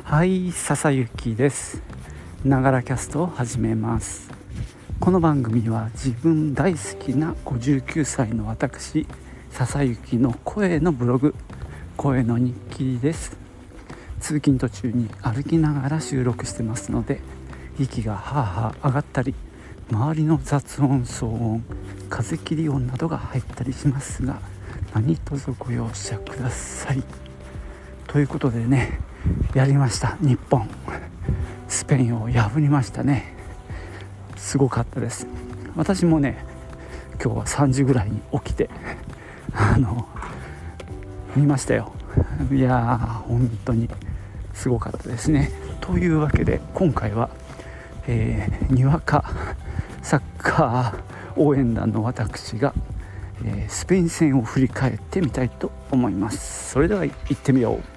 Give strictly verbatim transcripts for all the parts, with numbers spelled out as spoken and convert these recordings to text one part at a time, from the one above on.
はい、笹雪です。ながらキャストを始めます。この番組は自分大好きなごじゅうきゅうさいの私笹雪の声のブログ、声の日記です。通勤途中に歩きながら収録してますので、息がはあはあ上がったり、周りの雑音、騒音、風切り音などが入ったりしますが、何卒ご容赦ください。ということでね、やりました。日本スペインを破りましたね。すごかったです。私もね、今日はさんじぐらいに起きてあの見ましたよ。いやー本当にすごかったですね。というわけで今回は、えー、にわかサッカー応援団の私が、えー、スペイン戦を振り返ってみたいと思います。それでは行ってみよう。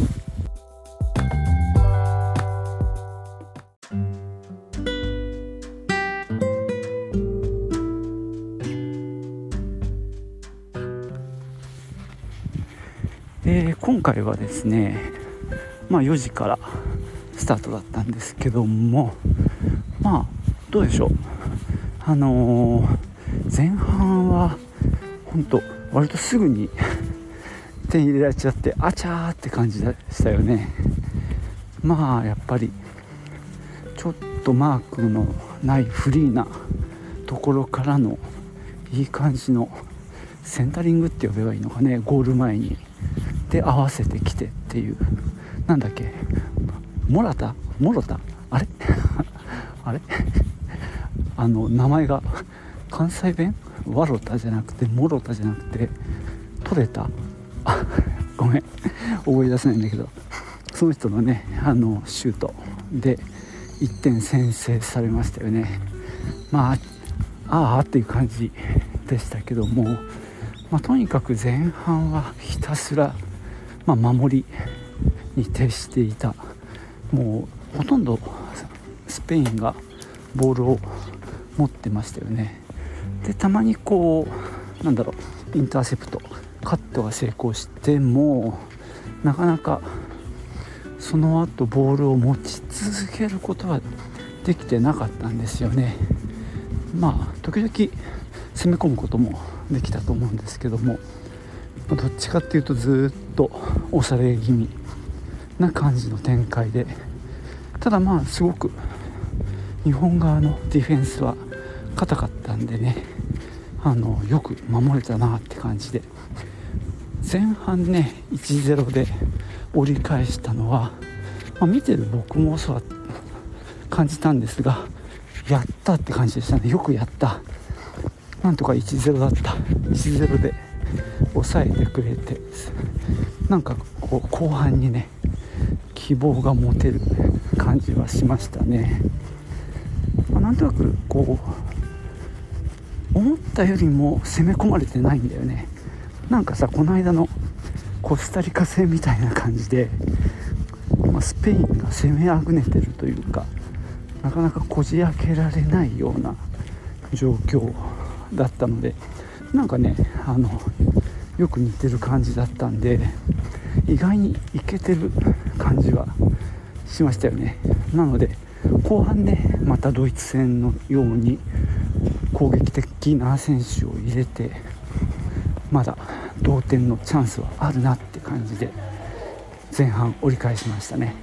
えー、今回はですね、まあよじからスタートだったんですけども、まあどうでしょう、あのー、前半は本当割とすぐに点入れられちゃって、あちゃーって感じでしたよね。まあやっぱりちょっとマークのないフリーなところからのいい感じのセンタリングって呼べばいいのかね、ゴール前にで合わせてきてっていう、なんだっけ、モラタモロタあれあれあの名前が関西弁、ワロタじゃなくてモロタじゃなくてトレタ、あごめん覚え出せないんだけど、その人のねあのシュートでいってん先制されましたよね。まあああっていう感じでしたけども、まあ、とにかく前半はひたすら、まあ、守りに徹していた。もうほとんどスペインがボールを持ってましたよね。でたまにこうなんだろうインターセプトカットが成功してもなかなかその後ボールを持ち続けることはできてなかったんですよね。まあ時々攻め込むこともできたと思うんですけども、どっちかっていうとずっと押され気味な感じの展開で、ただまあすごく日本側のディフェンスは硬かったんでね、あのよく守れたなって感じで、前半ね いちたいゼロ で折り返したのは、まあ、見てる僕もそうは感じたんですが、やったって感じでしたね。よくやった、なんとか いちたいゼロ だった、いちたいゼロ で抑えてくれて、なんかこう後半にね希望が持てる感じはしましたね。まあ、なんとなくこう思ったよりも攻め込まれてないんだよね。なんかさ、この間のコスタリカ戦みたいな感じで、まあ、スペインが攻めあぐねてるというか、なかなかこじ開けられないような状況だったので、なんかねあのよく似てる感じだったんで、意外にいけてる感じはしましたよね。なので後半ねまたドイツ戦のように攻撃的な選手を入れて、まだ同点のチャンスはあるなって感じで前半折り返しましたね。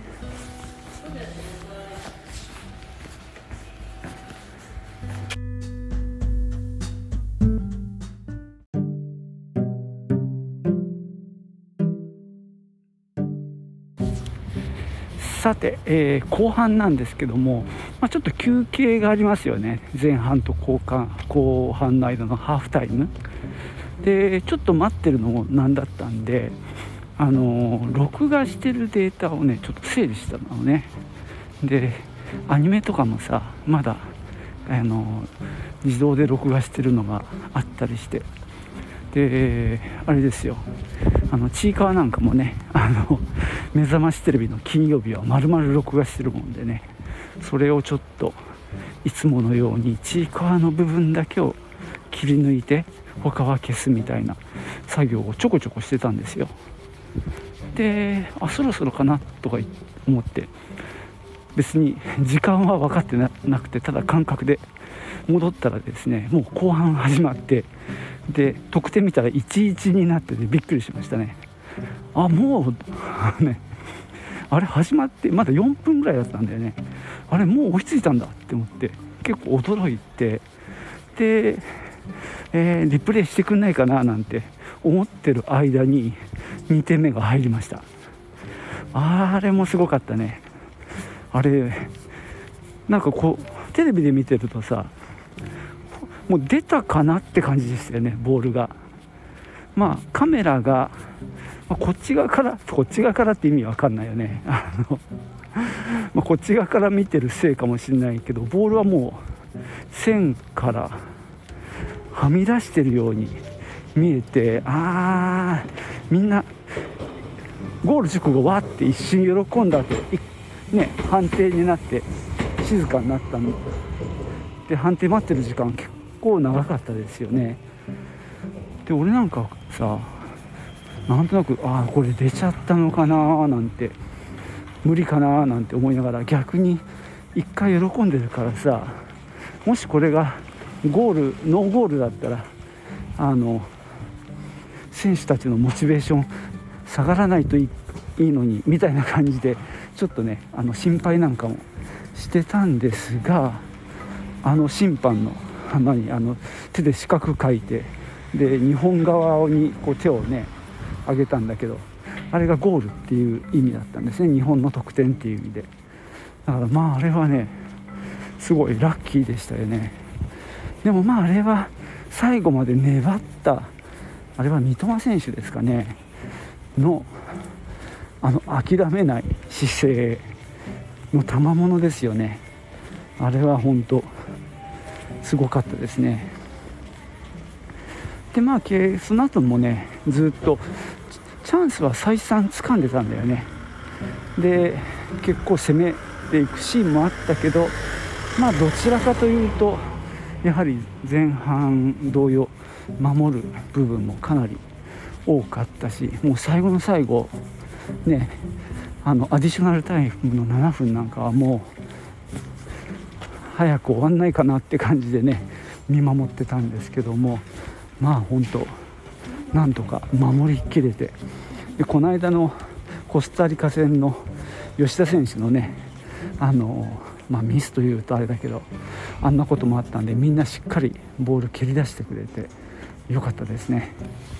さて、えー、後半なんですけども、まあ、ちょっと休憩がありますよね。前半と後半後半の間のハーフタイムでちょっと待ってるのもなんだったんで、あのー、録画してるデータをねちょっと整理したのね。でアニメとかもさまだ、あのー、自動で録画してるのがあったりして、であれですよ、あのちいかわなんかもね、あの目覚ましテレビの金曜日は丸々録画してるもんでね、それをちょっといつものようにちいかわの部分だけを切り抜いて他は消すみたいな作業をちょこちょこしてたんですよ。 で、あそろそろかなとか思って、別に時間は分かってなくて、ただ感覚で戻ったらですね、もう後半始まって、で得点見たら いちたいいち になっててびっくりしましたね。あ、もうね、あれ始まってまだよんぷんぐらいだったんだよね。あれもう追いついたんだって思って結構驚いて、で、えー、リプレイしてくんないかななんて思ってる間ににてんめが入りました。あれもすごかったね。あれなんかこうテレビで見てるとさ、もう出たかなって感じでしたよね、ボールが。まあカメラがこっち側からこっち側からって意味わかんないよね。あの、まあ、こっち側から見てるせいかもしれないけど、ボールはもう線からはみ出してるように見えて、あー、みんなゴール直後わって一瞬喜んだ後、ね、判定になって静かになったんで、判定待ってる時間結構長かったですよね。で俺なんかさ、なんとなくああこれ出ちゃったのかななんて、無理かななんて思いながら、逆に一回喜んでるからさ、もしこれがゴールノーゴールだったら、あの選手たちのモチベーション下がらないといい、いいのにみたいな感じでちょっとね、あの心配なんかもしてたんですが、あの審判の何あの手で四角書いて、で日本側にこう手をね上げたんだけど、あれがゴールっていう意味だったんですね、日本の得点っていう意味で。だからまああれはねすごいラッキーでしたよね。でもまああれは最後まで粘った、あれは三笘選手ですかねのあの諦めない姿勢の賜物ですよね。あれは本当すごかったですね。でまあその後もねずっとチャンスは再三掴んでたんだよね。で結構攻めていくシーンもあったけど、まあどちらかというとやはり前半同様守る部分もかなり多かったし、もう最後の最後ね、あのアディショナルタイムのななふんなんかはもう早く終わんないかなって感じでね見守ってたんですけども、まあ本当なんとか守りきれて、でこの間のコスタリカ戦の吉田選手のねあの、まあ、ミスというとあれだけどあんなこともあったんで、みんなしっかりボール蹴り出してくれてよかったですね。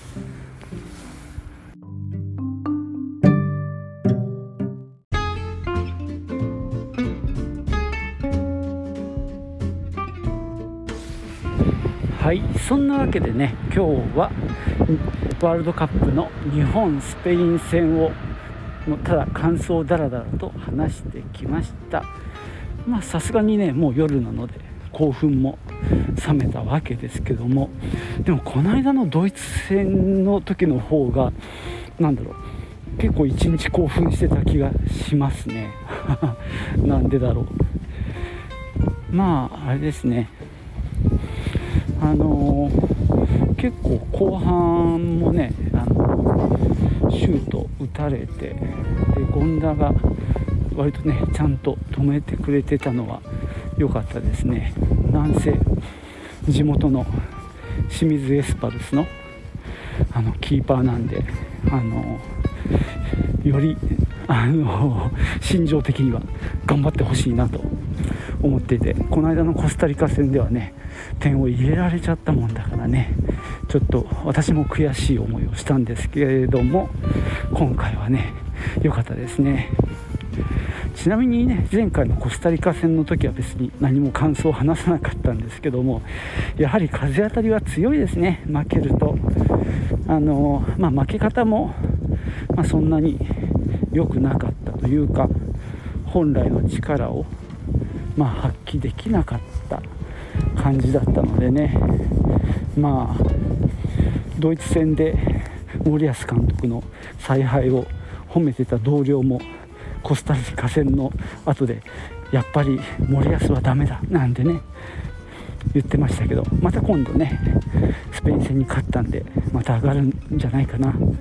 はい、そんなわけでね、今日はワールドカップの日本スペイン戦をただ感想をだらだらと話してきました。まあさすがにねもう夜なので興奮も冷めたわけですけども、でもこの間のドイツ戦の時の方がなんだろう、結構一日興奮してた気がしますねなんでだろう。まああれですね、あのー、結構後半もね、あのー、シュート打たれて、で権田が割とねちゃんと止めてくれてたのは良かったですね。なんせ地元の清水エスパルスのあのキーパーなんで、あのー、よりあのー、心情的には頑張ってほしいなと思っていて、この間のコスタリカ戦ではね点を入れられちゃったもんだからね、ちょっと私も悔しい思いをしたんですけれども、今回はね良かったですね。ちなみにね前回のコスタリカ戦の時は別に何も感想を話さなかったんですけども、やはり風当たりは強いですね。負けるとあの、まあ、負け方も、まあ、そんなに良くなかったというか、本来の力をまあ、発揮できなかった感じだったのでね、まあドイツ戦で森保監督の采配を褒めてた同僚もコスタリカ戦の後でやっぱり森保はダメだなんてね言ってましたけど、また今度ねスペイン戦に勝ったんでまた上がるんじゃないかな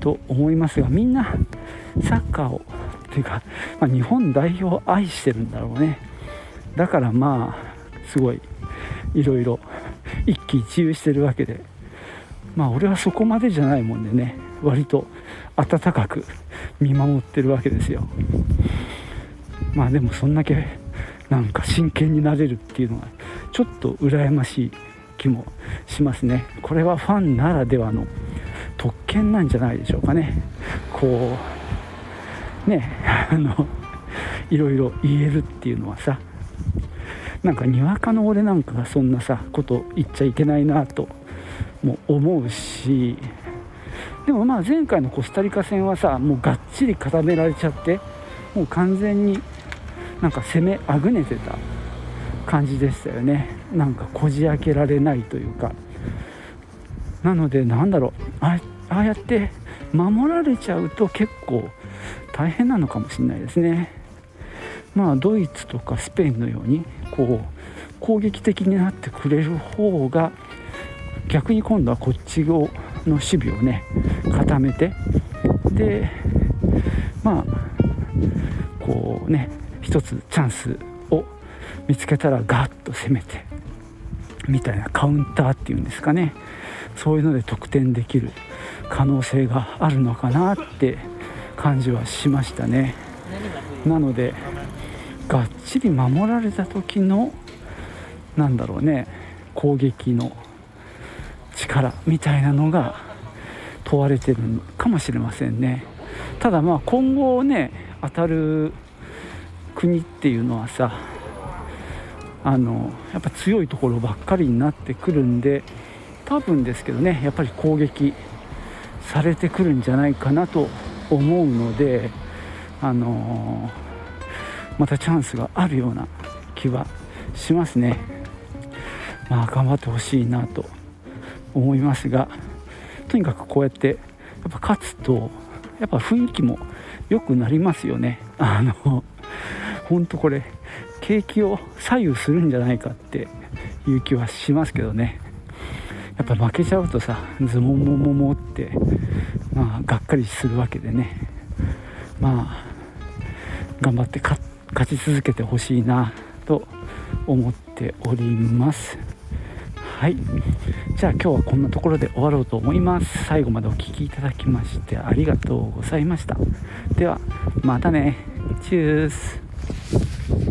と思いますが、みんなサッカーをっていうか、まあ、日本代表を愛してるんだろうね。だからまあすごいいろいろ一喜一憂してるわけで、まあ俺はそこまでじゃないもんでね、割と温かく見守ってるわけですよ。まあでもそんだけなんか真剣になれるっていうのはちょっと羨ましい気もしますね。これはファンならではの特権なんじゃないでしょうかね。こうねあのいろいろ言えるっていうのはさ、なんかにわかの俺なんかがそんなさこと言っちゃいけないなとも思うし、でもまあ前回のコスタリカ戦はさ、もうがっちり固められちゃって、もう完全になんか攻めあぐねてた感じでしたよね。なんかこじ開けられないというか、なのでなんだろう、あああやって守られちゃうと結構大変なのかもしれないですね。まあドイツとかスペインのようにこう攻撃的になってくれる方が、逆に今度はこっち側の守備をね固めて、でまあこうね一つチャンスを見つけたらガッと攻めてみたいなカウンターっていうんですかね、そういうので得点できる可能性があるのかなって感じはしましたね。なのでがっちり守られた時のなんだろうね、攻撃の力みたいなのが問われてるかもしれませんね。ただまあ今後ね当たる国っていうのはさ、あのやっぱ強いところばっかりになってくるんで、多分ですけどねやっぱり攻撃されてくるんじゃないかなと思うので、あのー、またチャンスがあるような気はしますね。まあ頑張ってほしいなと思いますが、とにかくこうやってやっぱ勝つとやっぱ雰囲気も良くなりますよね。あの本当これ景気を左右するんじゃないかっていう気はしますけどね。やっぱ負けちゃうとさ、ズモモモモってまあがっかりするわけでね、まあ頑張って勝ち続けてほしいなと思っております。はい、じゃあ今日はこんなところで終わろうと思います。最後までお聞きいただきましてありがとうございました。ではまたね。チュース。